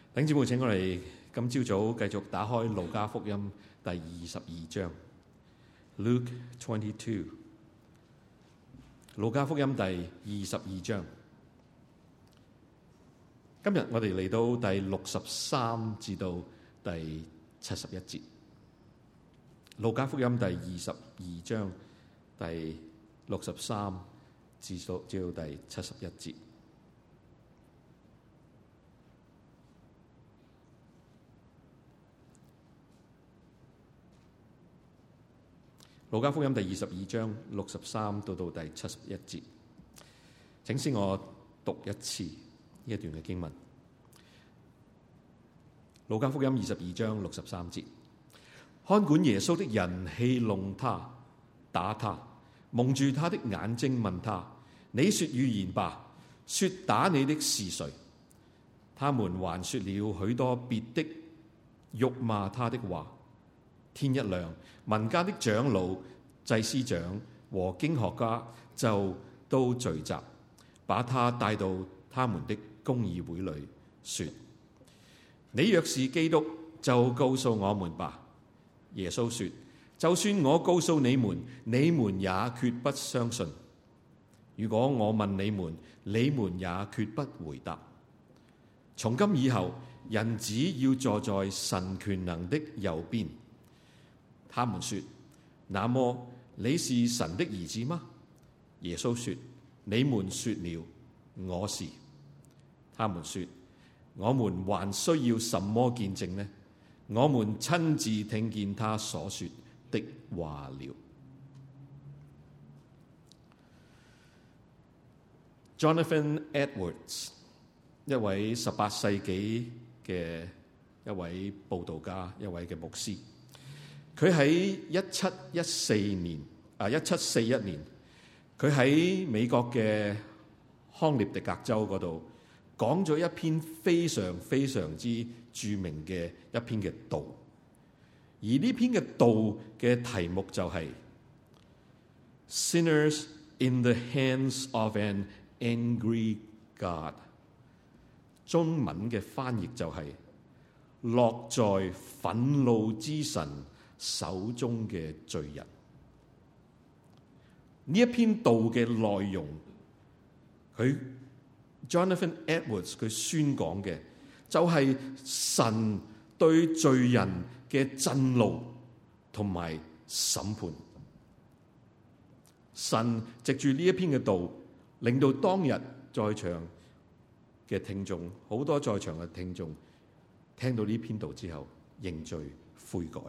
弟兄姊妹，請我哋今朝早繼續打開路加福音第22章 Luke 22。路加福音第22章，今日我哋嚟到第63至到第71節。路加福音第22章第63至到第71節。路加福音第22章63到第71節，請先我讀一次呢一段嘅經文。路加福音22章63節，看管耶穌的人戲弄他，打他，蒙住他的眼睛，問他：你說預言吧，說打你的是誰？他們還說了許多別的辱罵他的話。天一亮，民間的長老、祭司長和經學家就都聚集，把他帶到他們的公議會裏，說：你若是基督，就告訴我們吧。耶穌說：就算我告訴你們，你們也決不相信；如果我問你們，你們也決不回答。從今以後，人子要坐在神權能的右邊。他們說：那麼你是神的兒子嗎？耶穌說：你們說了，我是。他們說：我們還需要什麼見證呢？我們親自聽見他所說的話了。Jonathan Edwards， 一位18世紀嘅一位佈道家，一位嘅牧師。佢喺1741年，佢喺美國嘅康涅狄格州嗰度講咗一篇非常非常之著名嘅一篇嘅道，而呢篇嘅道嘅題目就係 Sinners in the hands of an angry God。中文嘅翻譯就係落在憤怒之神手中嘅罪人。呢一篇道嘅內容，佢 Jonathan Edwards 佢宣講嘅就係神對罪人嘅震怒同埋審判。神藉住呢一篇嘅道，令到當日在場嘅聽眾，好多在場嘅聽眾聽到呢篇道之後認罪悔改。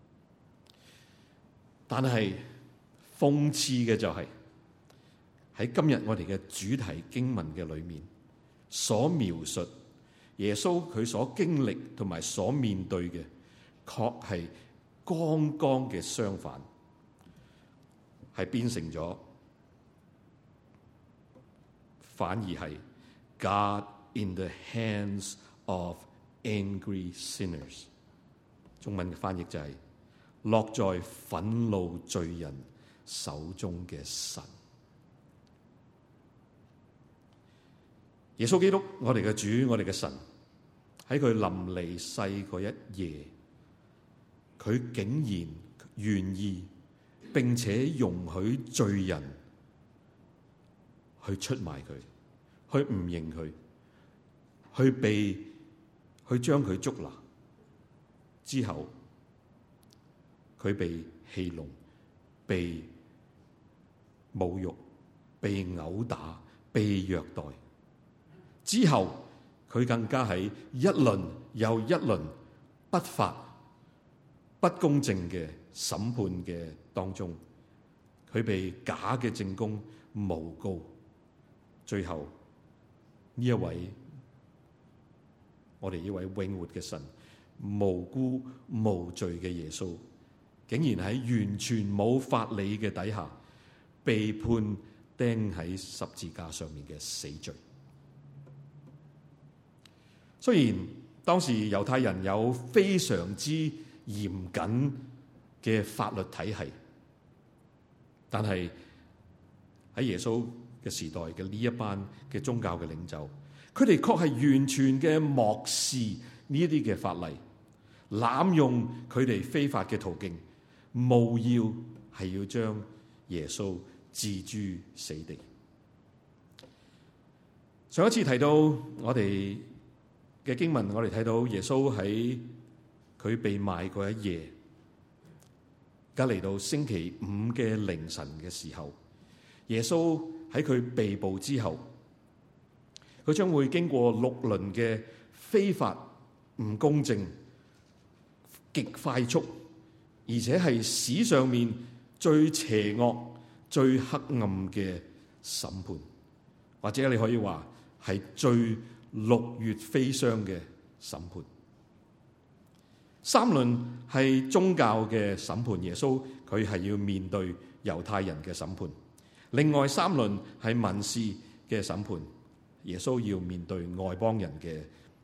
但係諷刺嘅就係喺今日我哋嘅主題經文嘅裏面所描述耶穌佢所經歷同埋所面對嘅，確係剛剛嘅相反，係變成咗反而係 God in the hands of angry sinners。中文嘅翻譯就係落在憤怒罪人手中嘅神。耶穌基督，我哋嘅主，我哋嘅神，喺佢臨離世嗰一夜，佢竟然願意並且容許罪人去出賣佢，去唔認佢，去將佢捉拿之後，佢被戲弄、被侮辱、被毆打、被虐待，之後佢更加喺一輪又一輪不法、不公正嘅審判嘅當中，佢被假嘅證供誣告，最後呢一位我哋呢位永活嘅神，無辜無罪嘅耶穌，竟然喺完全冇法理嘅底下，被判釘喺十字架上面嘅死罪。雖然當時猶太人有非常之嚴謹嘅法律體系，但係喺耶穌嘅時代嘅呢一班嘅宗教嘅領袖，佢哋確係完全嘅漠視呢一啲嘅法例，濫用佢哋非法嘅途徑，務要係要將耶穌置諸死地。上一次提到我哋嘅經文，我哋睇到耶穌喺佢被賣嗰一夜，而家嚟到星期五嘅凌晨嘅時候，耶穌喺佢被捕之後，佢將會經過6輪嘅非法、唔公正、極快速，而且係史上面最邪惡、最黑暗嘅審判，或者你可以話係最六月飛霜嘅審判。3輪係宗教嘅審判，耶穌佢係要面對猶太人嘅審判；另外3輪係民事嘅審判，耶穌要面對外邦人嘅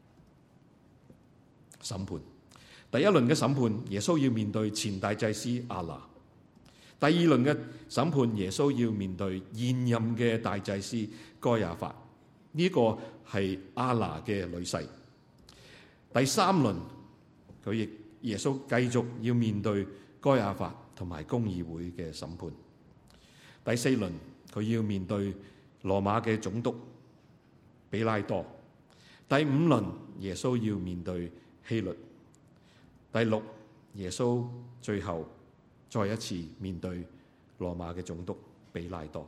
審判。第1輪嘅審判，耶穌要面對前大祭司亞那；第2輪嘅審判，耶穌要面對現任嘅大祭司該亞法，呢個係亞那嘅女婿。第3輪，佢亦耶穌繼續要面對該亞法同埋公議會嘅審判。第4輪，佢要面對羅馬嘅總督比拉多。第5輪，耶穌要面對希律。第6，耶穌最後再一次面對羅馬嘅總督比拉多。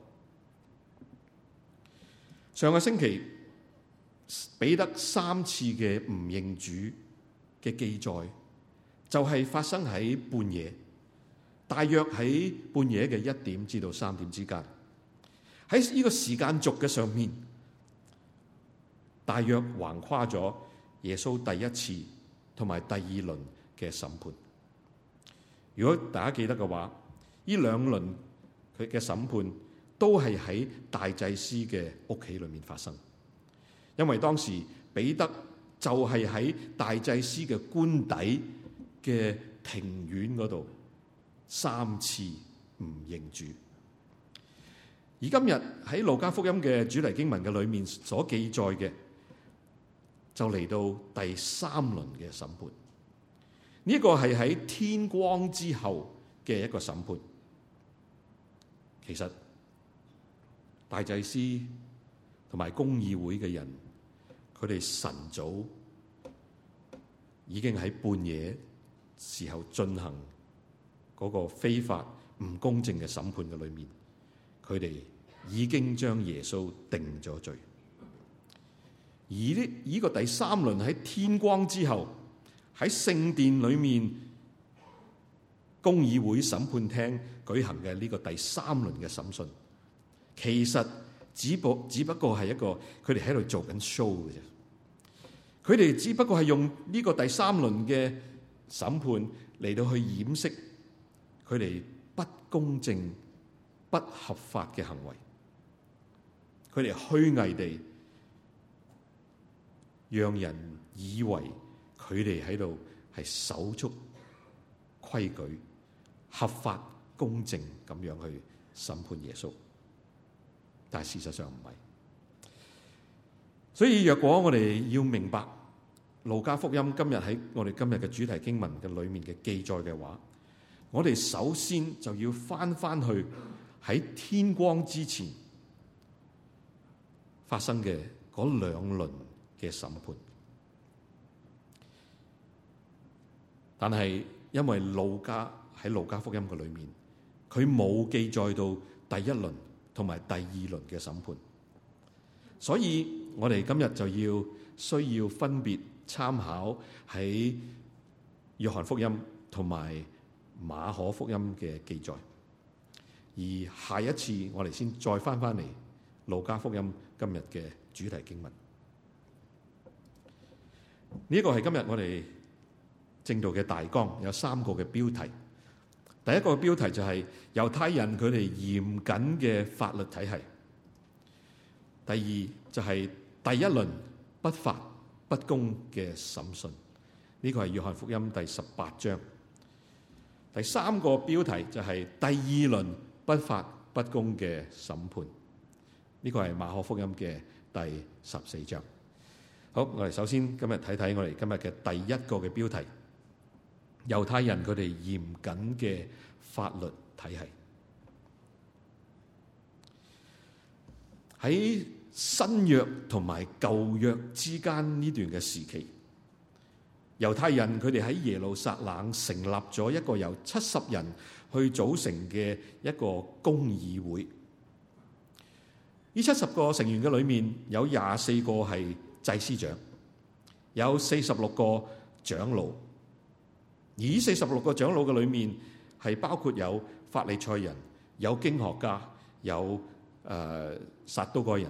上個星期彼得3次嘅唔認主嘅記載，就係發生喺半夜，大約喺半夜嘅1點至到3點之間。喺呢個時間軸嘅上面，大約橫跨咗耶穌第一次同埋第2輪嘅審判。如果大家記得嘅話，呢2輪佢嘅審判都係喺大祭司嘅屋企裏面發生，因為當時彼得就係喺大祭司嘅官邸嘅庭院嗰度3次唔認主。而今日喺路加福音嘅主題經文嘅裏面所記載嘅，就嚟到第3輪嘅審判。呢個係喺天光之後嘅一個審判。其實大祭司同埋公議會嘅人，佢哋晨早已經喺半夜時候進行嗰個非法唔公正嘅審判嘅裏面，佢哋已經將耶穌定咗罪。而呢個第3輪喺天光之後，喺聖殿裏面公議會審判廳舉行嘅呢個第3輪嘅審訊，其實只不過係一個佢哋喺度做緊 show 嘅啫。佢哋只不過係用呢個第3輪嘅審判嚟到去掩飾佢哋不公正、不合法嘅行為。佢哋虛偽地讓人以為佢哋喺度係守足規矩、合法公正咁樣去審判耶穌，但係事實上唔係。所以若果我哋要明白路加福音今日喺我哋今日嘅主題經文嘅裏面嘅記載嘅話，我哋首先就要翻去喺天光之前發生嘅嗰2輪嘅審判。但係因為路加喺路加福音嘅裏面，佢冇記載到第1輪同埋第2輪嘅審判，所以我哋今日就需要分別參考喺約翰福音同埋馬可福音嘅記載，而下一次我哋先再翻嚟路加福音今日嘅主題經文。呢個係今日我哋正道嘅大綱，有3個嘅標題。第一個標題就係猶太人佢哋嚴謹嘅法律體系。第2就係第1輪不法不公嘅審訊，呢個係約翰福音第18章。第3個標題就係第2輪不法不公嘅審判，呢個係馬可福音嘅第14章。 好，我哋首先今日睇睇我哋今日嘅第一個嘅標題：猶太人佢哋嚴謹嘅法律體系。喺新約同埋舊約之間呢段嘅時期，猶太人佢哋喺耶路撒冷成立咗一個由70人去組成嘅一個公議會。呢70個成員嘅裏面有24個係祭司長，有46個長老。而呢46個長老嘅裏面係包括有法利賽人、有經學家、有撒都該人。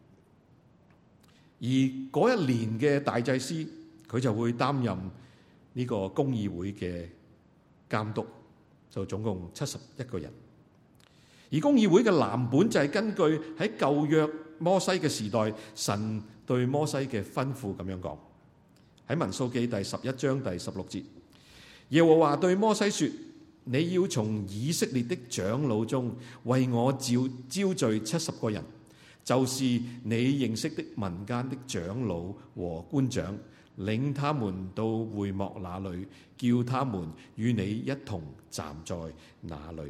而嗰一年嘅大祭司佢就會擔任呢個公議會嘅監督，就總共71個人。而公議會嘅藍本就係根據喺舊約摩西嘅時代，神對摩西嘅吩咐咁樣講。喺民數記第11章第16節，耶和華對摩西說：你要從以色列的長老中為我招聚70個人，就是你認識的民間的長老和官長，領他們到會幕那裏，叫他們與你一同站在那裏。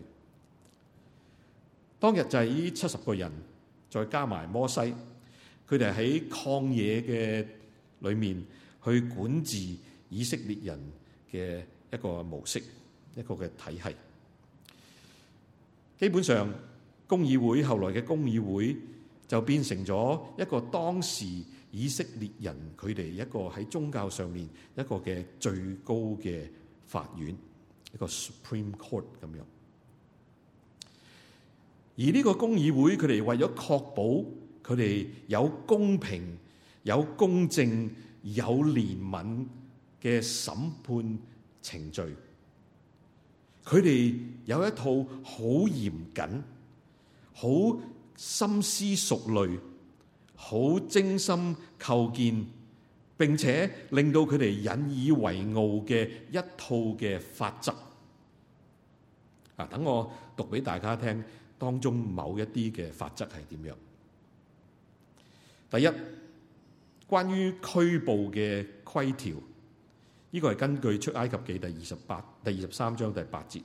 當日就係呢70個人，再加埋摩西，佢哋喺曠野嘅裏面去管治以色列人嘅一個模式，一個嘅體系。基本上，公議會後來嘅公議會就變成咗一個當時以色列人佢哋一個喺宗教上面一個嘅最高嘅法院，一個 Supreme Court 咁樣。而呢個公議會佢哋為咗確保佢哋有公平、有公正、有憐憫嘅審判程序，佢哋有一套好嚴謹、好深思熟慮、好精心構建，並且令到佢哋引以為傲嘅一套嘅法則。等我讀俾大家聽，當中某一啲嘅法則係點樣？第一，關於拘捕嘅規條，呢個係根據出埃及記第23章第8節，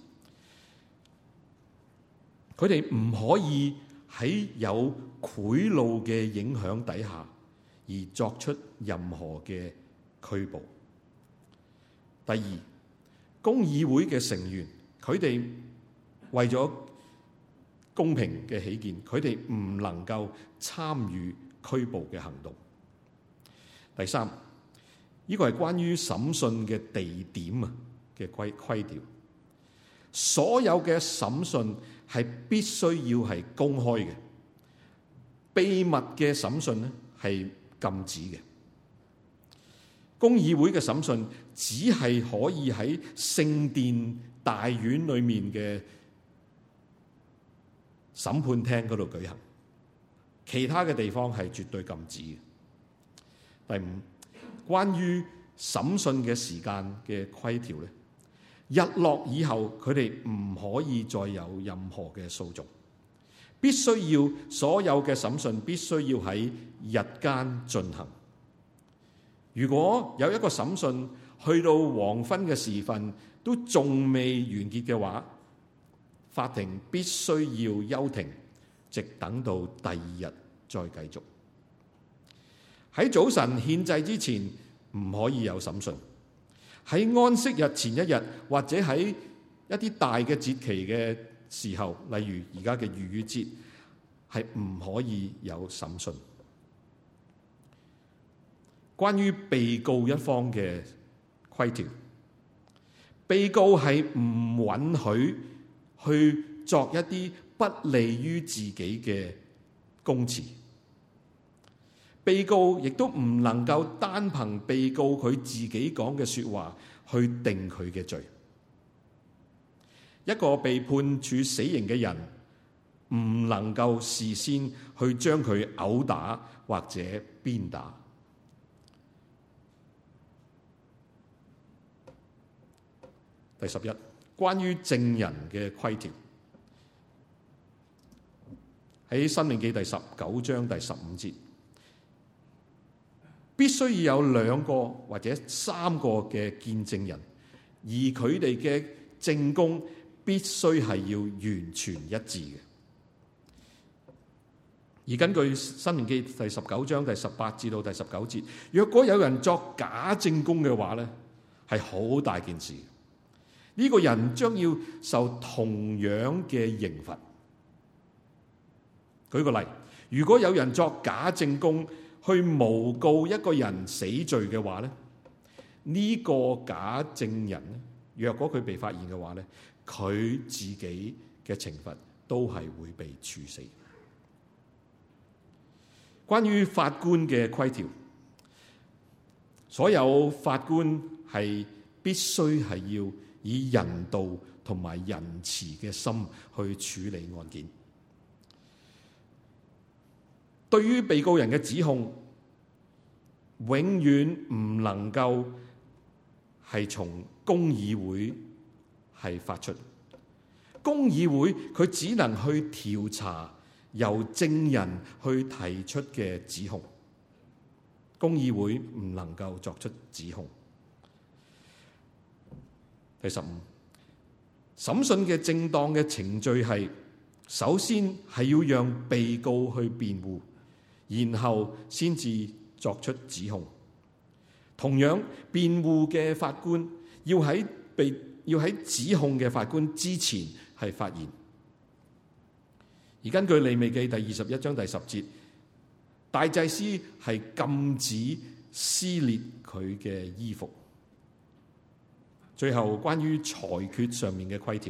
佢哋唔可以喺有賄賂嘅影響底下而作出任何嘅拘捕。第二，公議會嘅成員，佢哋為咗公平嘅起見，佢哋唔能夠參與拘捕嘅行動。第三，呢個係關於審訊嘅地點嘅規條，所有嘅審訊係必須要係公開嘅，秘密嘅審訊咧係禁止嘅。公議會嘅審訊只係可以喺聖殿大院裏面嘅審判廳嗰度舉行，其他嘅地方係絕對禁止嘅。第五，關於審訊嘅時間嘅規條咧，日落以後佢哋唔可以再有任何嘅訴訟，必須要所有嘅審訊必須要喺日間進行。如果有一個審訊去到黃昏嘅時分都仲未完結嘅話，法庭必須要休庭，直等到第二日再繼續。喺早晨獻祭之前唔可以有審訊，喺安息日前一日或者喺一啲大嘅節期嘅時候，例如而家嘅逾越節，係唔可以有審訊。關於被告一方嘅規條，被告係唔允許去作一啲不利於自己嘅供詞，被告亦都唔能夠單憑被告佢自己講嘅說話去定佢嘅罪。一個被判處死刑嘅人唔能夠事先去將佢毆打或者鞭打。第11，關於證人嘅規條，喺申命記第19章第15節， 必須要有2個或者3個嘅見證人，而佢哋嘅證供必須係要完全一致嘅。而根據《申命記》第19章第18至到第19節，若果有人作假證供嘅話咧，係好大件事。呢個人將要受同樣嘅刑罰。舉個例，如果有人作假證供去誣告一個人死罪嘅話咧，呢個假證人若果佢被發現嘅話咧，佢自己嘅懲罰都係會被處死。關於法官嘅規條，所有法官係必須係要以人道同埋仁慈嘅心去處理案件。對於被告人嘅指控，永遠唔能夠係從公議會係發出。公議會佢只能去調查由證人去提出嘅指控，公議會唔能夠作出指控。第15，審訊嘅正當嘅程序係，首先係要讓被告去辯護，然後先至作出指控。同樣，辯護嘅法官要喺指控嘅法官之前係發言。而根據利未記第21章第10節，大祭司係禁止撕裂佢嘅衣服。最後，關於裁決上面嘅規條，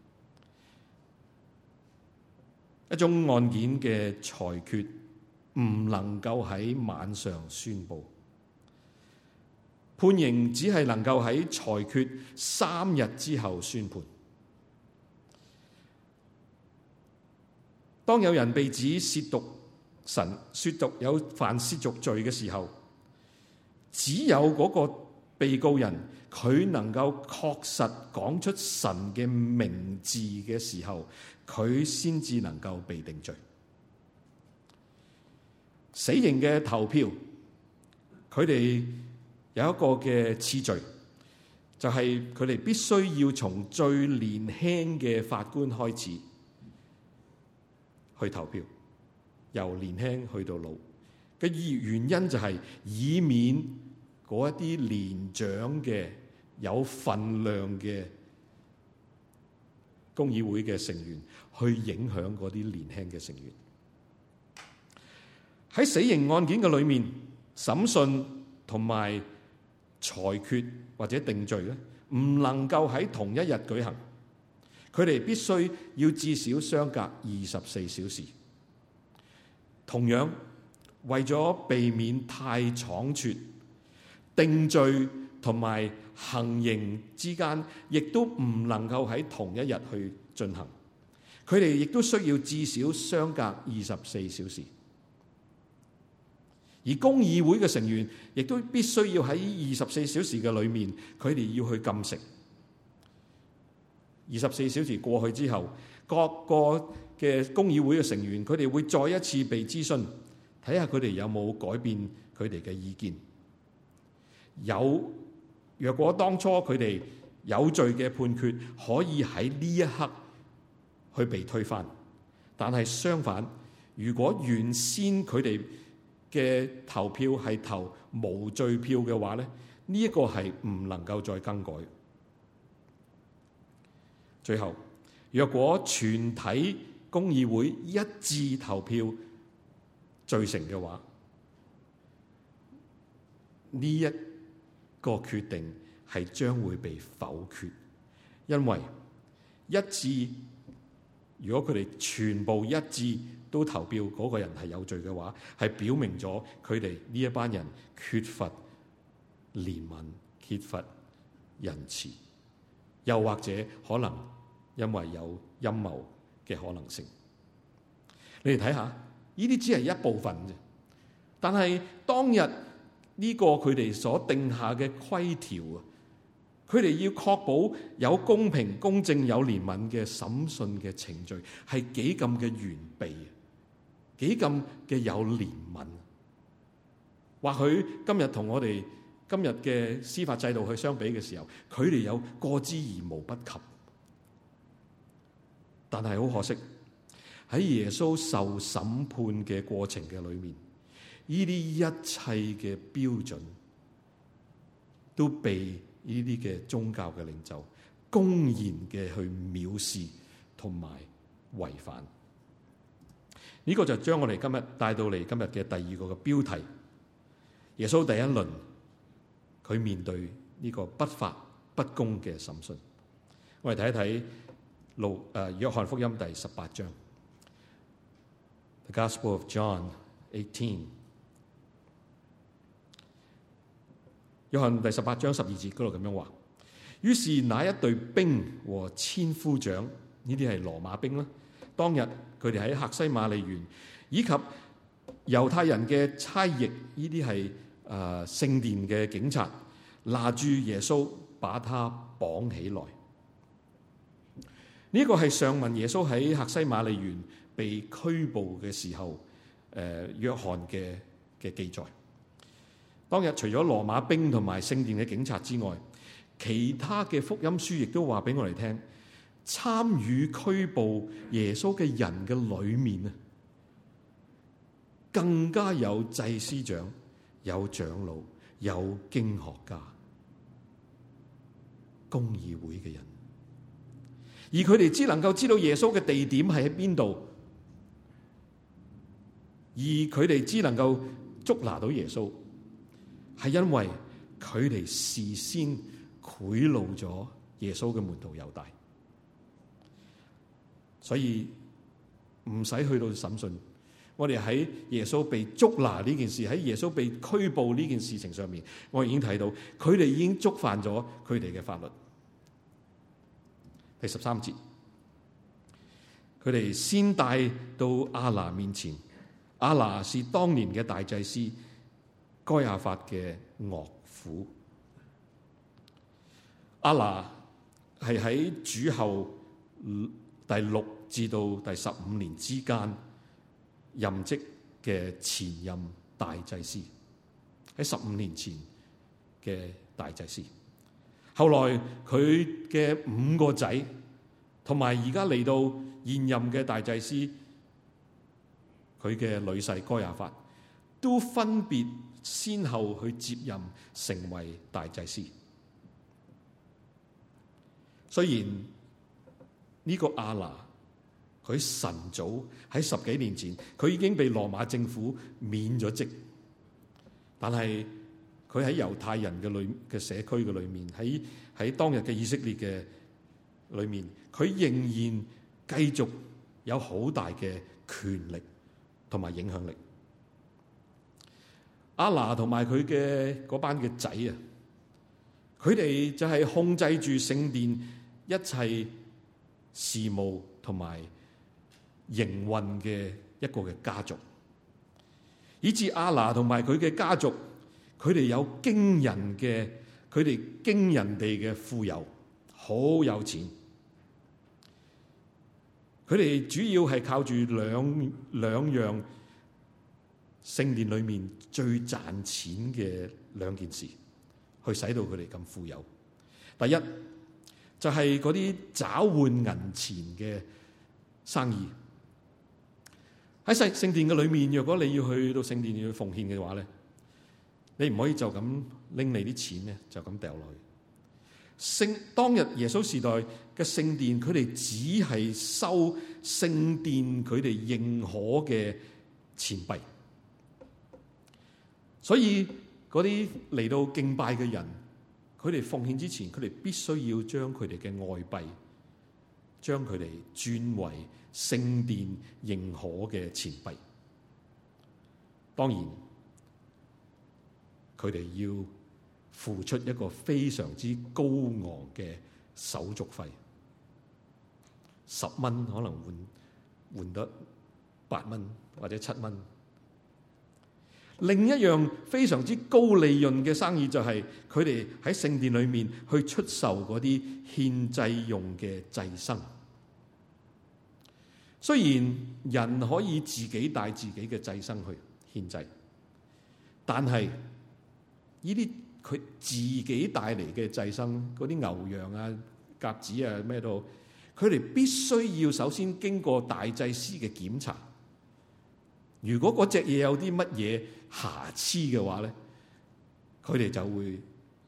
一宗案件嘅裁決唔能夠喺晚上宣布，判刑只係能夠喺裁決3日之後宣判。當有人被指褻瀆神、褻瀆有犯褻瀆罪嘅時候，只有嗰個被告人佢能夠確實講出神嘅名字嘅時候，佢先至能夠被定罪。死刑嘅投票，佢哋有一個嘅次序，就係佢哋必須要從最年輕嘅法官開始去投票，由年輕去到老嘅原因就係以免嗰一啲年長嘅有份量嘅公議會嘅成員去影響嗰啲年輕嘅成員。喺死刑案件嘅裏面，審訊同埋裁決或者定罪咧，唔能夠喺同一日舉行。佢哋必須要至少相隔24小時。同樣，為咗避免太倉促，定罪同埋行刑之間亦都唔能夠喺同一日去進行。佢哋亦都需要至少相隔24小時。而公議會嘅成員亦都必須要喺24小時嘅裏面，佢哋要去禁食。24小時過去之後，各個嘅公議會嘅成員，佢哋會再一次被諮詢，睇下佢哋有冇改變佢哋嘅意見。若果當初佢哋有罪嘅判決可以喺呢一刻去被推翻，但係相反，如果原先佢哋嘅投票係投無罪票嘅話咧，呢一個係唔能夠再更改。最後，若果全體公議會一致投票罪成嘅話，呢一個決定係將會被否決，因為如果佢哋全部一致都投票嗰個人係有罪嘅話，係表明咗佢哋呢一班人缺乏憐憫、缺乏仁慈，又或者可能因為有陰謀嘅可能性。你哋睇下，呢啲只係一部分啫。但係當日呢個佢哋所定下嘅規條啊，佢哋要確保有公平、公正、有憐憫嘅審訊嘅程序，係幾咁嘅完備，幾咁嘅有憐憫。 或許今日同我哋今日嘅司法制度去相比嘅時候，佢哋有過之而無不及。但係好可惜，喺耶穌受審判嘅過程嘅裏面，呢啲一切嘅標準都被呢啲嘅宗教嘅領袖公然嘅去藐視同埋違反。呢個就將我哋今日帶到嚟今日嘅第二個嘅標題。耶穌第一輪佢面對呢個不法不公嘅審訊。我哋睇一睇約翰福音第18章 The Gospel of John 18。 約翰第18章12節嗰度咁樣話：於是那一隊兵和千夫長，呢啲係羅馬兵啦，當日佢哋喺客西馬尼園，以及猶太人嘅差役，呢啲係聖殿嘅警察，拿住耶穌把他綁起來。呢個係上文耶穌喺客西馬尼園被拘捕嘅時候，約翰嘅記載。當日除咗羅馬兵同埋聖殿嘅警察之外，其他嘅福音書亦都話俾我哋聽，參與拘捕耶穌嘅人嘅裏面啊，更加有祭司長、有長老、有經學家、公議會嘅人，而佢哋只能夠知道耶穌嘅地點係喺邊度，而佢哋只能夠捉拿到耶穌，係因為佢哋事先賄賂咗耶穌嘅門徒猶大，所以唔使去到審訊。我哋喺耶穌被捉拿呢件事，喺耶穌被拘捕呢件事情上面，我已經睇到佢哋已經觸犯咗佢哋嘅法律。第13節，佢哋先帶到亞拿面前。亞拿是當年嘅大祭司該亞法嘅岳父。亞拿係喺主後第6至到第15年之間任職嘅前任大祭司，喺15年前嘅大祭司。後來佢嘅5個仔同埋而家嚟到現任嘅大祭司，佢嘅女婿該亞法都分別先後去接任成為大祭司。雖然呢個亞拿佢晨早喺10幾年前佢已經被羅馬政府免咗職，但係佢喺猶太人嘅社區嘅裏面，喺當日嘅以色列嘅裏面，佢仍然繼續有好大嘅權力同埋影響力。亞拿同埋佢嘅嗰班嘅仔啊，佢哋就係控制住聖殿一切事務同埋營運嘅一個嘅家族，以致亞拿同埋佢嘅家族，佢哋有驚人嘅，佢哋驚人哋嘅富有，好有錢。佢哋主要係靠住兩樣聖殿裏面最賺錢嘅2件事，去使到佢哋咁富有。第一就係嗰啲找換銀錢嘅生意。喺聖殿嘅裏面，若果你要去到聖殿要奉獻嘅話咧，你唔可以就咁拎你啲錢咧，就咁掉落去。當日耶穌時代嘅聖殿，佢哋只係收聖殿佢哋認可嘅錢幣，所以嗰啲嚟到敬拜嘅人，佢哋奉獻之前，佢哋必須要將佢哋嘅外幣，將佢哋轉為聖殿認可嘅錢幣。當然，佢哋要付出一個非常之高昂嘅手續費，10蚊可能換得8蚊或者7蚊。另一樣非常之高利潤嘅生意就係佢哋喺聖殿裏面去出售嗰啲獻祭用嘅祭牲。雖然人可以自己帶自己嘅祭牲去獻祭， 但係呢啲佢自己帶嚟嘅祭牲，嗰啲牛羊啊、鴿子啊咩都，佢哋必須要首先經過大祭司嘅檢查。如果嗰隻嘢有啲乜嘢瑕疵嘅話咧，佢哋就會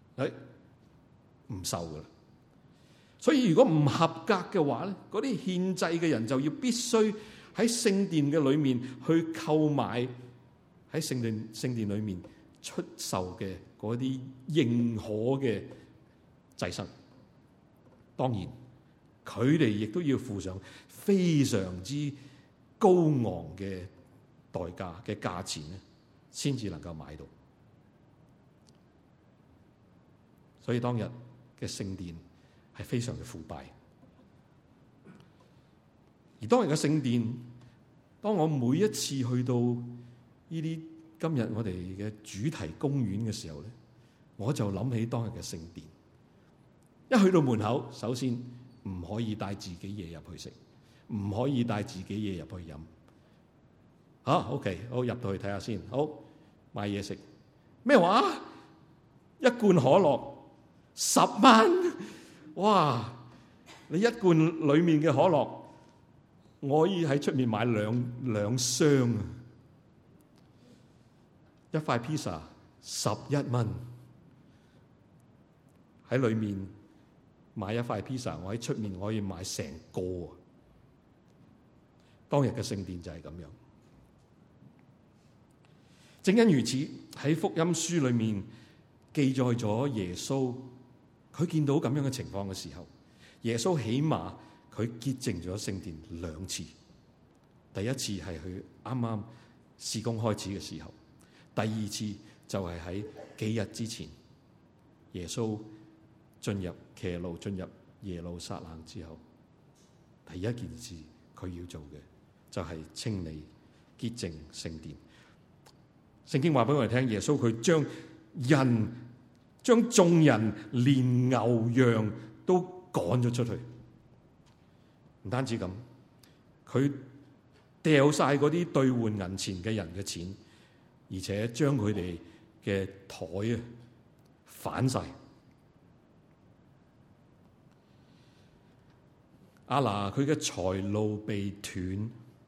唔受噶啦。所以如果唔合格嘅話咧，嗰啲獻祭嘅人就要必須喺聖殿嘅裏面去購買喺聖殿裏面出售嘅嗰啲認可嘅祭牲。當然佢哋亦都要付上非常之高昂嘅代價嘅價錢咧，先至能夠買到。所以當日嘅聖殿係非常嘅腐敗。而當日嘅聖殿，當我每一次去到呢啲今日我哋嘅主題公園嘅時候咧，我就諗起當日嘅聖殿。一去到門口，首先唔可以帶自己嘢入去食，唔可以帶自己嘢入去飲。OK， 好，入到去睇下先。好，買嘢食。咩話？一罐可樂10蚊？哇！你一罐裏面嘅可樂，我可以喺出面買兩箱啊！一塊披薩11蚊，喺裏面買一塊披薩，我喺出面我可以買成個啊！當日嘅聖殿就係咁樣。正因如此，喺福音書裏面記載咗耶穌，佢見到咁樣嘅情況嘅時候，耶穌起碼佢潔淨咗聖殿2次。第一次係佢啱啱事工開始嘅時候，第二次就係喺幾日之前，耶穌騎驢進入耶路撒冷之後，第一件事佢要做嘅就係清理潔淨聖殿。聖經話俾我哋聽，耶穌佢將眾人連牛羊都趕咗出去。唔單止咁，佢掉晒嗰啲兌換銀錢嘅人嘅錢，而且將佢哋嘅台啊反晒。亞拿佢嘅財路被斷，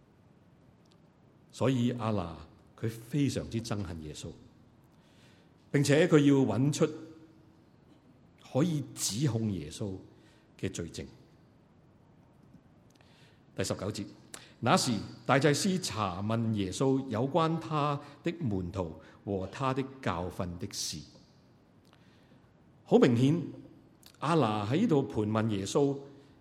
所以亞拿佢非常之憎恨耶穌，並且佢要揾出可以指控耶穌嘅罪證。第19節，那時大祭司查問耶穌有關他的門徒和他的教訓的事。好明顯，亞拿喺呢度盤問耶穌，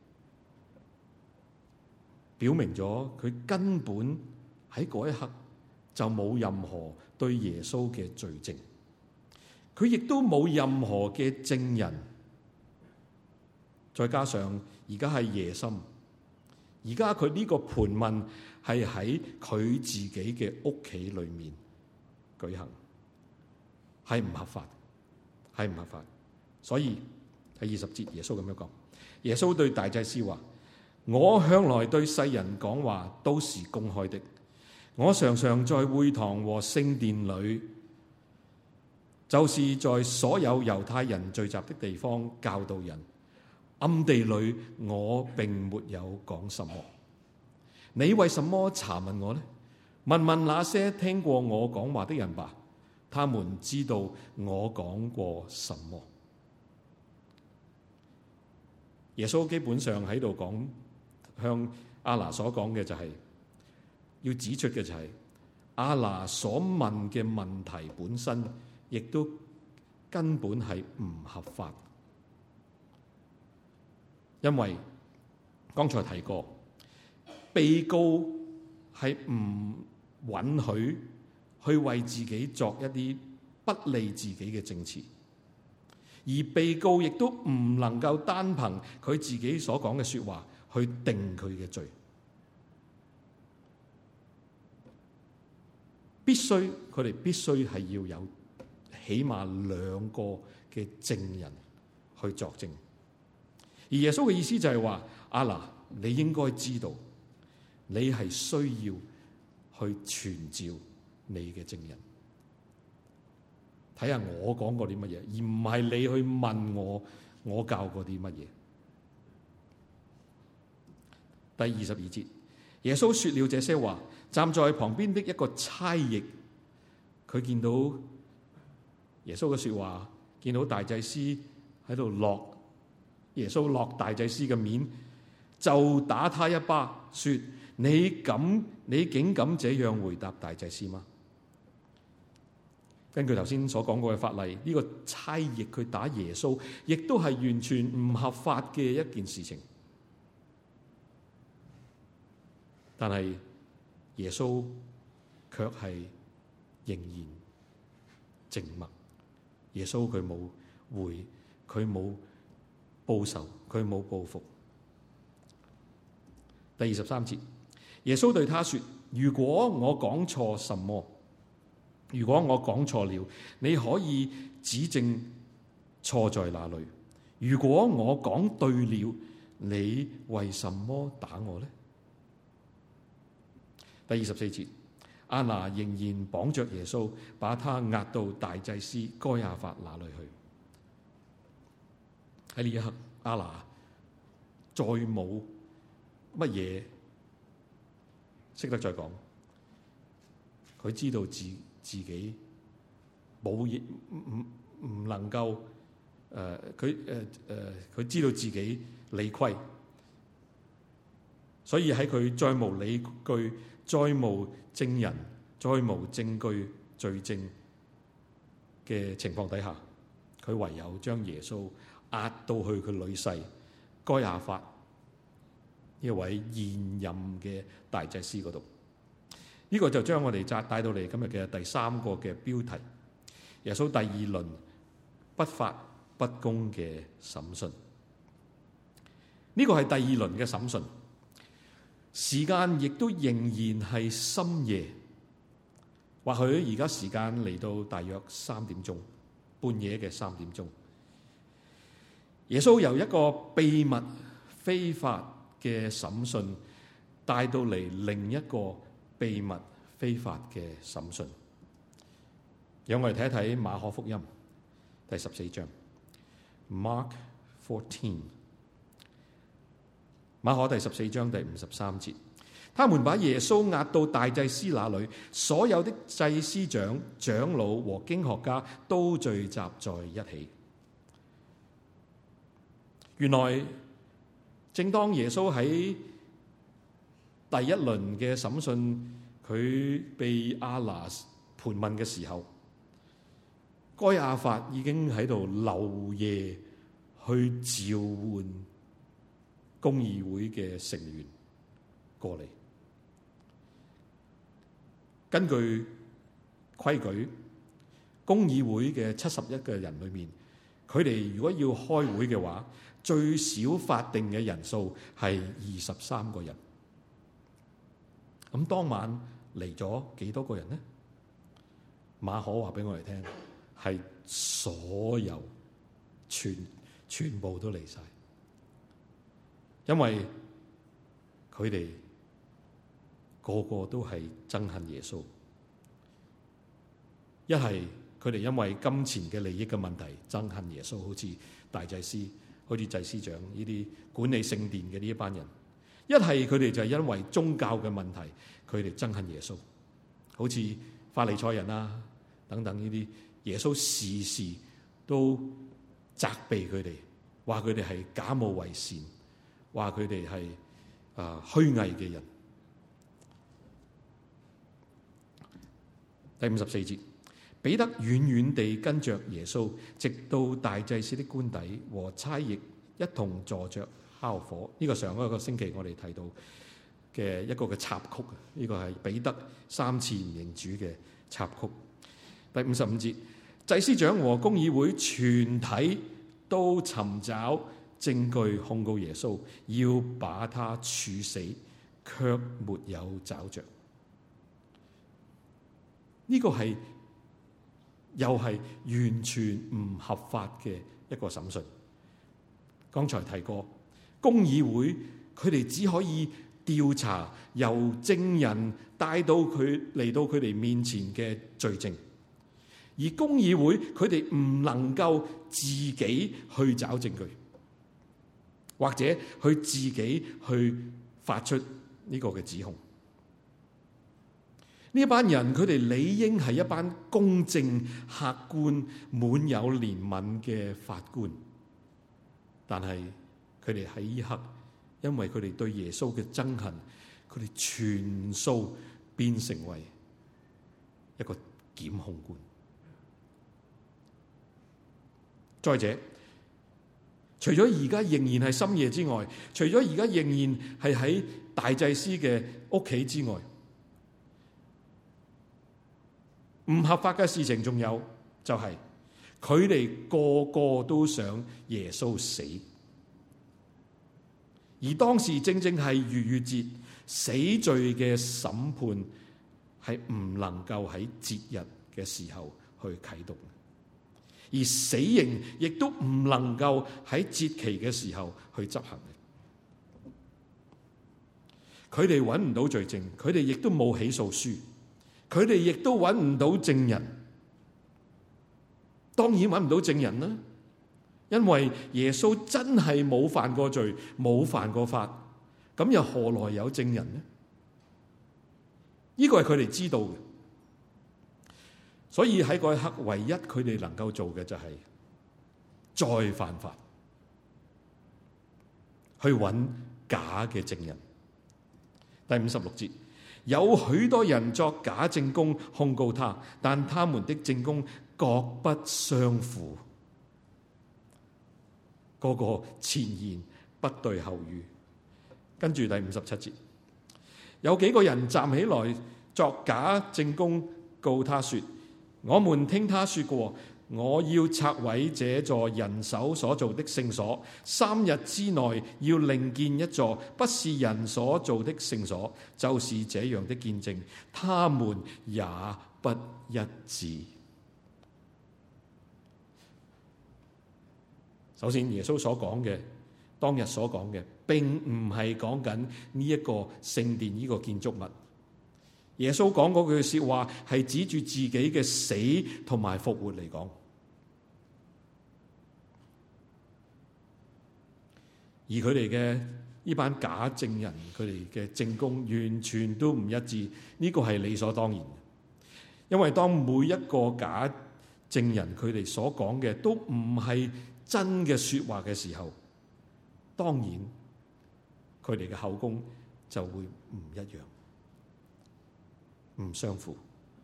表明咗佢根本喺嗰一刻就冇任何對耶穌嘅罪證，佢亦都冇任何嘅證人。再加上而家係夜深，而家佢呢個盤問係喺佢自己嘅屋企裏面舉行，係唔合法，係唔合法。所以喺20節，耶穌咁樣講，耶穌對大祭司話：我向來對世人講話都是公開的，我常常在會堂和聖殿裏，就是在所有猶太人聚集的地方教導人。暗地裏我並沒有講什麼。你為什麼查問我呢？問問那些聽過我講話的人吧，他們知道我講過什麼。耶穌基本上喺度講，向亞拿所講嘅就係要指出嘅就係亞拿所問嘅問題本身，亦都根本係唔合法。因為剛才提過，被告係唔允許去為自己作一啲不利自己嘅證詞，而被告亦都唔能夠單憑佢自己所講嘅說話去定佢嘅罪。佢哋必須係要有起碼2個嘅證人去作證。而耶穌嘅意思就係話：亞拿，你應該知道，你係需要去傳召你嘅證人。 睇下我講過啲乜嘢，而唔係你去問我教過啲乜嘢。第22節，耶穌說了這些話，站在旁邊的一個差役，佢見到耶穌嘅說話，見到大祭司喺度落耶穌落大祭司嘅面，就打他一巴，說：你竟敢這樣回答大祭司嗎？根據頭先所講過嘅法例，呢個差役佢打耶穌，亦都係完全唔合法嘅一件事情。但係耶穌卻係仍然靜默。耶穌佢冇回，佢冇報仇，佢冇報復。第23節，耶穌對他說：如果我講錯什麼，如果我講錯了，你可以指正錯在哪裏；如果我講對了，你為什麼打我呢？第24節，亞拿仍然綁着耶穌，把他押到大祭司該亞法那裏去。喺呢一刻，亞拿再冇乜嘢識得再講，佢知道自己冇嘢，唔能夠佢知道自己理虧，所以喺佢再無理據、再無證人、再無證據罪證嘅情況底下，佢唯有將耶穌押到去佢女婿該亞法呢位現任嘅大祭司嗰度。呢個就將我哋帶到嚟今日嘅第三個嘅標題：耶穌第二輪不法不公嘅審訊。呢個係第二輪嘅審訊，時間亦都仍然係深夜，或許而家時間嚟到大約3點鐘，半夜嘅3點鐘。耶穌由一個秘密非法嘅審訊帶到嚟另一個秘密非法嘅審訊。讓我哋睇一睇馬可福音第14章 Mark 14。馬可第14章第53節，他們把耶穌押到大祭司那裏，所有的祭司長、長老和經學家都聚集在一起。原來正當耶穌喺第一輪嘅審訊，佢被亞拿盤問嘅時候，該亞法已經喺度漏夜去召喚公議會嘅成員過嚟。根據規矩，公議會嘅71個人裏面，佢哋如果要開會嘅話，最少法定嘅人數係23個人。咁當晚嚟咗幾多個人呢？馬可話俾我哋聽，係所有全部都嚟晒，因為佢哋個個都係憎恨耶穌，一係佢哋因為金錢嘅利益嘅問題憎恨耶穌，好似大祭司、好似祭司長呢啲管理聖殿嘅呢一班人；一係佢哋就係因為宗教嘅問題，佢哋憎恨耶穌，好似法利賽人啊等等呢啲，耶穌時時都責備佢哋，話佢哋係假冒為善，話佢哋係虛偽嘅人。第54節，彼得遠遠地跟着耶穌，直到大祭司的官邸和差役一同坐着烤火。呢個上一個星期我哋提到嘅一個嘅插曲，呢個係彼得3次唔認主嘅插曲。第55節，祭司長和公議會全體都尋找證據控告耶穌，要把他處死，卻沒有找着。呢個係又係完全唔合法嘅一個審訊。剛才提過，公議會佢哋只可以調查由證人帶到佢嚟到佢哋面前嘅罪證， 而公議會佢哋唔能夠自己去找證據，或者去自己去發出呢個嘅指控。呢一班人佢哋理應係一班公正、客觀、滿有憐憫嘅法官，但係佢哋喺呢刻，因為佢哋對耶穌嘅憎恨，佢哋全數變成為一個檢控官。再者，除咗而家仍然係深夜之外，除咗而家仍然係喺大祭司嘅屋企之外，唔合法嘅事情仲有，就係佢哋個個都想耶穌死。而當時正正係逾越節，死罪嘅審判係唔能夠喺節日嘅時候去啟動，而死刑亦都唔能夠喺節期嘅時候去執行。佢哋揾唔到罪證，佢哋亦都冇起訴書，佢哋亦都揾唔到證人。當然揾唔到證人啦，因為耶穌真係冇犯過罪，冇犯過法，咁又何來有證人呢？呢個係佢哋知道嘅，所以喺嗰一刻，唯一佢哋能夠做嘅就係再犯法，去揾假嘅證人。第56節，有許多人作假證供控告他，但他們的證供各不相符，個個前言不對後語。跟住第57節，有幾個人站起來作假證供告他說：我們聽他說過，我要拆毀這座人手所造的聖所，3日之內要另建一座不是人所造的聖所，就是這樣的見證，他們也不一致。首先，耶穌所講嘅，當日所講嘅，並唔係講緊呢一個聖殿呢個建築物。耶穌講嗰句說話係指住自己嘅死同埋復活嚟講，而佢哋嘅呢班假證人，佢哋嘅證供完全都唔一致。呢個係理所當然，因為當每一個假證人佢哋所講嘅都唔係真嘅說話嘅時候，當然佢哋嘅口供就會唔一樣，唔相符。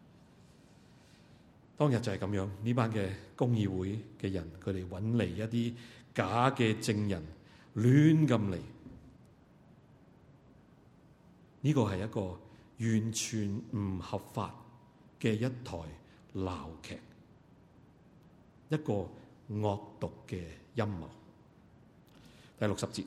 當日就係咁樣，呢班嘅公議會嘅人，佢哋揾嚟一啲假嘅證人，亂咁嚟。呢個係一個完全唔合法嘅一台鬧劇，一個惡毒嘅陰謀。第60節，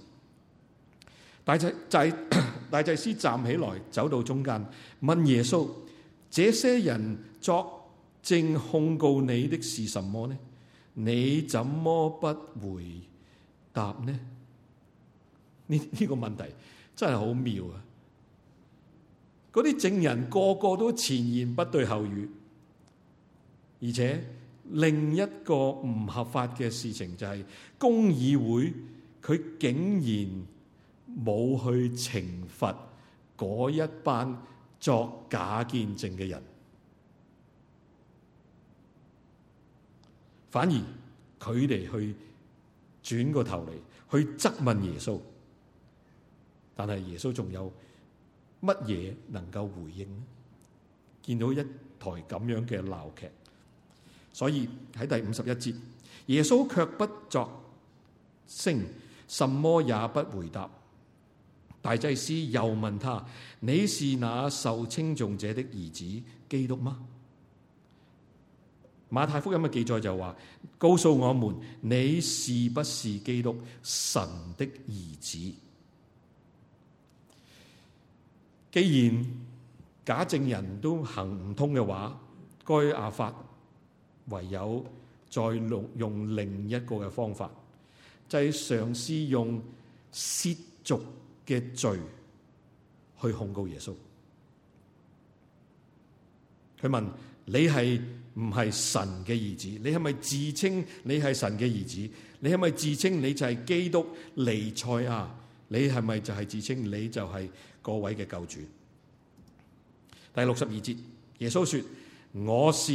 大祭司站起來，走到中間，問耶穌：這些人作證控告你的是什麼呢？你怎麼不回答呢？呢個問題真係好妙啊！嗰啲證人個個都前言不對後語，而且另一個唔合法嘅事情就係公議會佢竟然冇去懲罰嗰一班作假見證嘅人，反而佢哋去轉個頭嚟去質問耶穌，但係耶穌仲有乜嘢能夠回應呢？見到一台咁樣嘅鬧劇，所以喺第51節，耶穌卻不作聲，什麼也不回答。大祭司又問他：你是那受稱頌者的兒子基督嗎？馬太福音嘅記載就話，告訴我們你是不是基督，神的兒子？既然假證人都行唔通嘅話，該亞法唯有再用另一個嘅方法，就係嘗試用褻瀆嘅罪去控告耶穌。佢問：你係唔係神嘅兒子？你係咪自稱你係神嘅兒子？你係咪自稱你就係基督彌賽亞？你係咪就係自稱你就係嗰位嘅救主？第62節，耶穌說：我是。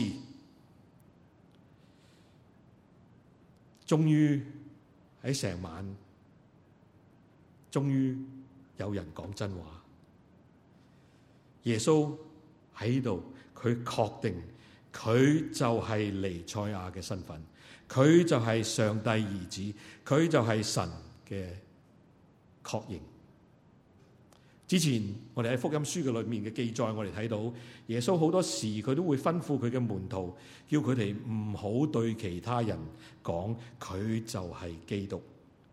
終於喺成晚，終於有人講真話。耶穌喺度，佢確定佢就係彌賽亞嘅身份，佢就係上帝兒子，佢就係神嘅確認。之前我哋喺福音書嘅裏面嘅記載，我哋睇到耶穌好多時佢都會吩咐佢嘅門徒，叫佢哋唔好對其他人講佢就係基督，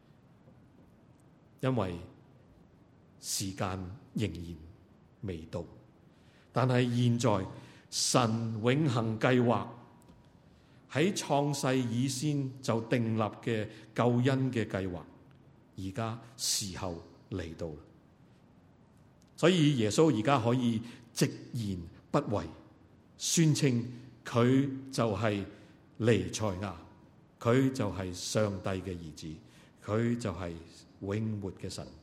因為時間仍然未到。但係現在神永恆計劃喺創世以先就訂立嘅救恩嘅計劃，而家時候嚟到。所以耶穌而家可以直言不諱，宣稱佢就係彌賽亞，佢就係上帝嘅兒子，佢就係永活嘅神。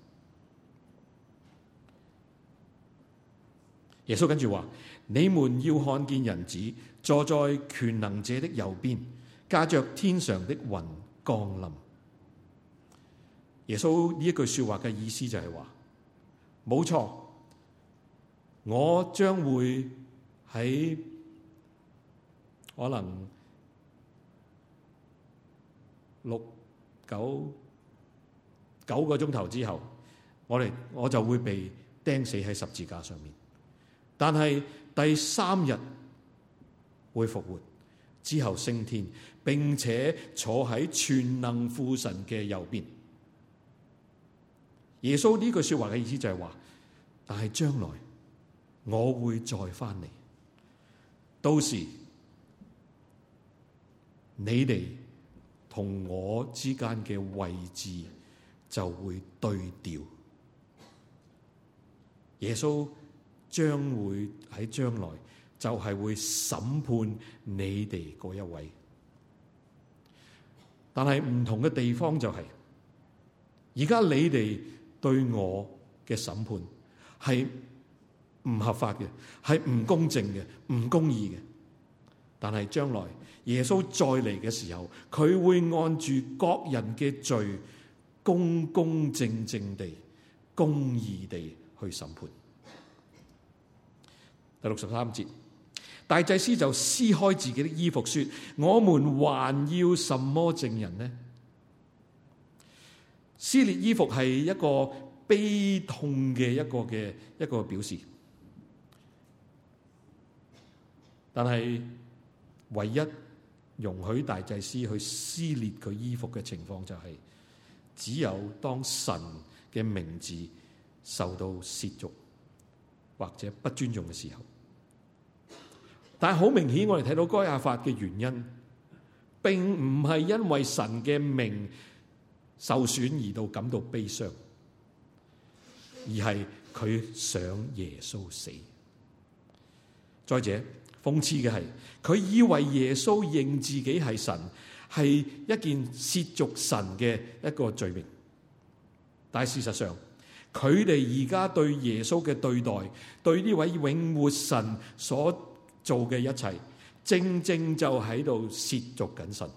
耶穌跟住話：你們要看見人子坐在權能者的右邊，駕着天上的雲降臨。耶穌呢一句說話嘅意思就係話，冇錯，我將會喺可能9個鐘頭之後，我就會被釘死喺十字架上面。但係第3日會復活，之後升天，並且坐喺全能父神嘅右邊。耶穌呢句說話嘅意思就係話，但係將來我會再翻嚟，到時你哋同我之間嘅位置就會對調。耶穌將會喺將來就係會審判你哋嗰一位，但係唔同嘅地方就係，而家你哋對我嘅審判係唔合法嘅，係唔公正嘅，唔公義嘅。但係將來耶穌再嚟嘅時候，佢會按住各人嘅罪，公公正正地、公義地去審判。第63節，大祭司就撕開自己的衣服說：我們還要什麼證人呢？撕裂衣服係一個悲痛嘅一個表示，但係唯一容許大祭司去撕裂佢衣服嘅情況就係，只有當神嘅名字受到褻瀆或者不尊重嘅時候。但係好明顯，我哋睇到該亞法嘅原因，並唔係因為神嘅名受損而到感到悲傷，而係佢想耶穌死。再者，諷刺嘅係，佢以為耶穌認自己係神，係一件褻瀆神嘅一個罪名。但係事實上，佢哋而家對耶穌嘅對待，對呢位永活神所做嘅一切，正正就喺度褻瀆緊神。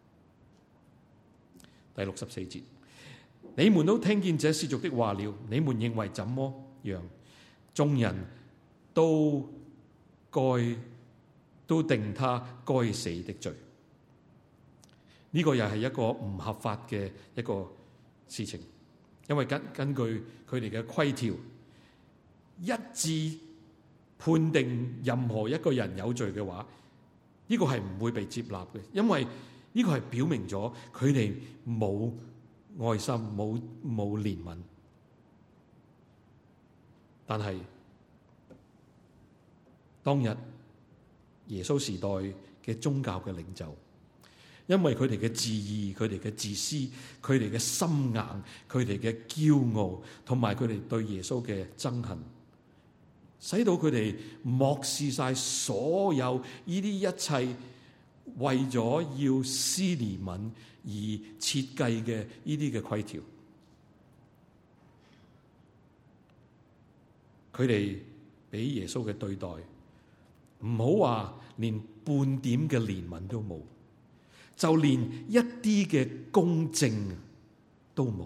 第64節，你們都聽見這褻瀆的話了，你們認為怎麼樣？眾人都定他該死的罪。呢個又係一個唔合法嘅一個事情，因為根據佢哋嘅規條，一致判定任何一個人有罪嘅話，呢個係唔會被接納嘅，因為呢個係表明咗佢哋冇愛心、冇憐憫。但係當日耶穌時代嘅宗教嘅領袖，因為佢哋嘅自義、佢哋嘅自私、佢哋嘅心硬、佢哋嘅驕傲，同埋佢哋對耶穌嘅憎恨， 使到佢哋漠視晒所有呢啲一切為咗要施憐憫而設計嘅呢啲嘅規條。佢哋俾耶穌嘅對待，唔好話連半點嘅憐憫都冇，就連一啲嘅公正都冇。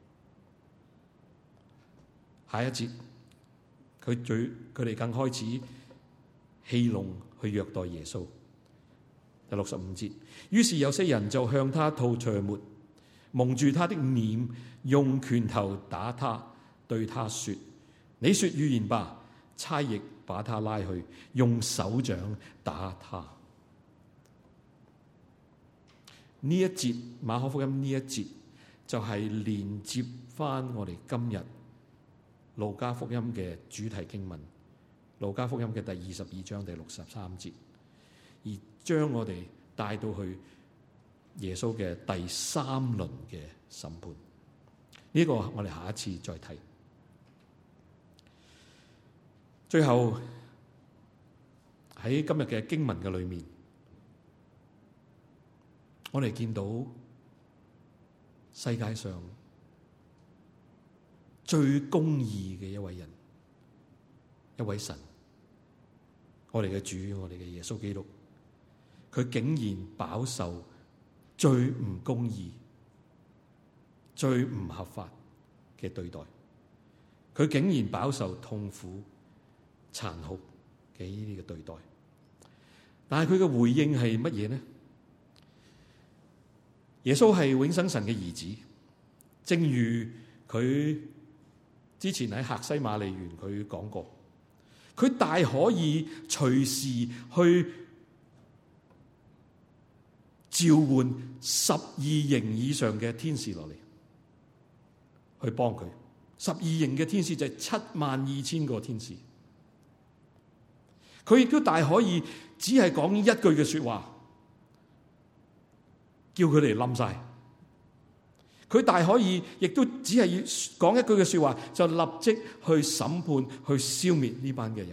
下一節，佢哋更開始戲弄去虐待耶穌。第65節，於是有些人就向他吐唾沫，蒙住他的臉，用拳頭打他，對他說：你說預言吧。差役把他拉去，用手掌打他。呢一節馬可福音呢一節就係連接翻我哋今日路加福音嘅主題經文，路加福音嘅第22章第63節，而將我哋帶到去耶穌嘅第三輪嘅審判。呢個我哋下一次再睇。最後喺今日嘅經文嘅裏面，我哋見到世界上最公義嘅一位人，一位神，我哋嘅主，我哋嘅耶穌基督，佢竟然飽受最唔公義、最唔合法嘅對待，佢竟然飽受痛苦、殘酷嘅呢啲嘅對待，但係佢嘅回應係乜嘢呢？耶穌係永生神嘅兒子，正如佢之前喺客西馬尼園佢講過，佢大可以隨時去召喚12營以上嘅天使落嚟去幫佢。12營嘅天使就係72000個天使。佢亦都大可以只係講一句嘅說話，叫佢哋冧晒。佢大可以亦都只係講一句嘅說話，就立即去審判、去消滅呢班嘅人。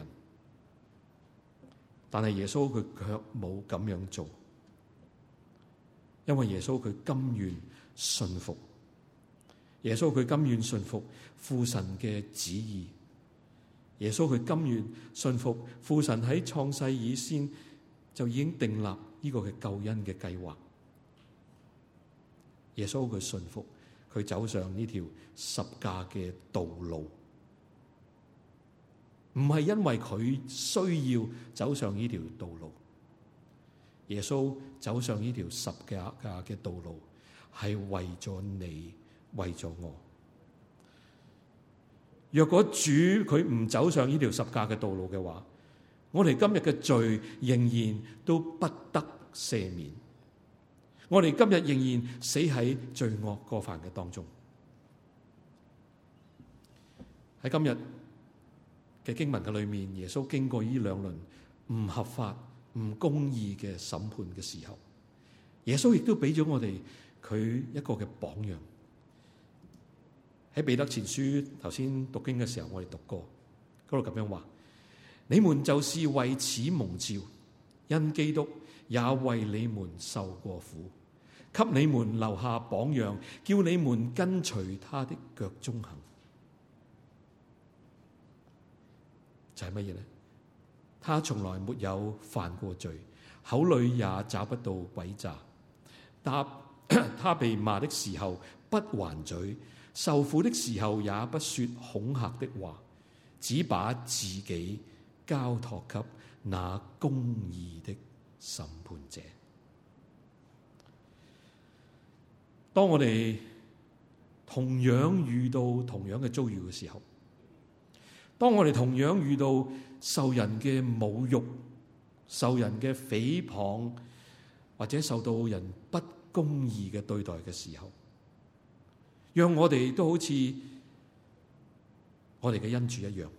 但係耶穌佢卻冇咁樣做，因為耶穌佢甘願信服，耶穌佢甘願信服父神嘅旨意。耶穌佢甘願信服父神喺創世以先就已經訂立呢個嘅救恩嘅計劃。耶穌佢信服，佢走上呢條十架嘅道路，唔係因為佢需要走上呢條道路。耶穌走上呢條十架嘅道路，係為咗你，為咗我。若果主佢唔走上呢條十架嘅道路嘅話，我哋今日嘅罪仍然都不得赦免，我哋今日仍然死喺罪惡過犯嘅當中。喺今日嘅經文嘅裏面，耶穌經過呢兩輪唔合法、唔公義嘅審判嘅時候，耶穌亦都俾咗我哋佢一個嘅榜樣。喺彼得前書頭先讀經嘅時候，我哋讀過嗰度咁樣話：你們就是為此蒙召，因基督也為你們受過苦，給你們留下榜樣，叫你們跟隨他的腳蹤行。就係乜嘢呢？他從來沒有犯過罪，口裏也找不到詭詐。他被罵的時候不還嘴，受苦的時候也不說恐嚇的話，只把自己交託給那公義的審判者。當我哋同樣遇到同樣嘅遭遇嘅時候，當我哋同樣遇到受人嘅侮辱、受人嘅誹謗，或者受到人不公義嘅對待嘅時候，讓我哋都好似我哋嘅恩主一樣，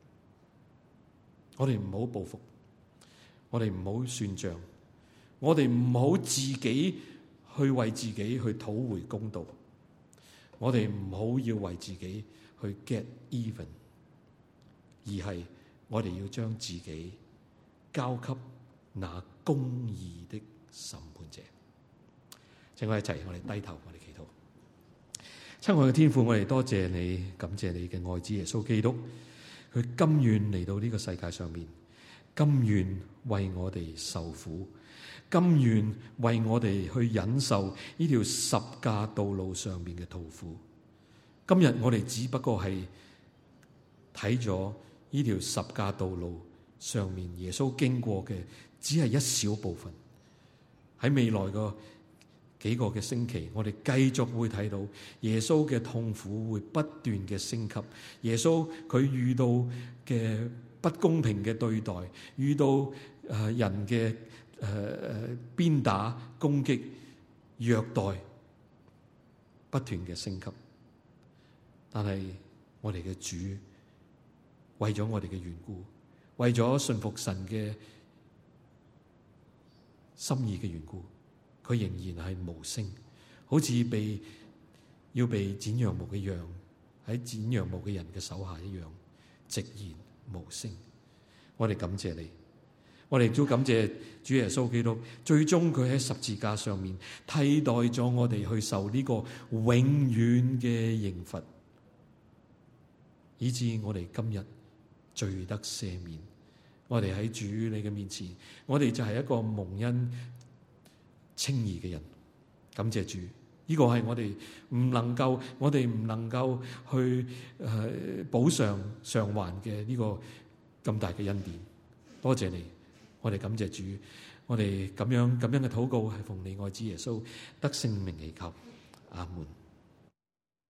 我哋唔好報復，我哋唔好算賬，我哋唔好自己去為自己去討回公道，我哋唔好要為自己去 get even，而係我哋要將自己交給那公義的審判者。請我哋一齊，我哋低頭，我哋祈禱。親愛嘅天父，我哋多謝你，感謝你嘅愛子耶穌基督，佢甘願嚟到呢個世界上面，甘願為我哋受苦，甘願為我哋去忍受呢條十架道路上面嘅痛苦。今日我哋只不過係睇咗呢條十架道路上面耶穌經過嘅，只係一小部分。喺未來嘅幾個嘅星期，我哋繼續會睇到耶穌嘅痛苦會不斷嘅升級。耶穌佢遇到嘅不公平嘅對待，遇到人嘅鞭打、攻擊、虐待，不斷嘅升級。但係我哋嘅主為咗我哋嘅緣故，為咗信服神嘅心意嘅緣故，佢仍然係無聲，好似要被剪羊毛一樣，喺剪羊毛嘅人嘅手下一樣，寂然無聲。我哋感謝你，我哋亦都感謝主耶穌基督，最終佢喺十字架上面替代咗我哋去受呢個永遠嘅刑罰，以致我哋今日罪得赦免。我哋喺主你嘅面前，我哋就係一個蒙恩稱義嘅人。感謝主，呢個係我哋唔能夠去補償償還嘅呢個咁大嘅恩典。多謝你，我哋感謝主，我哋咁樣嘅禱告係奉你愛子耶穌得聖名祈求，阿門。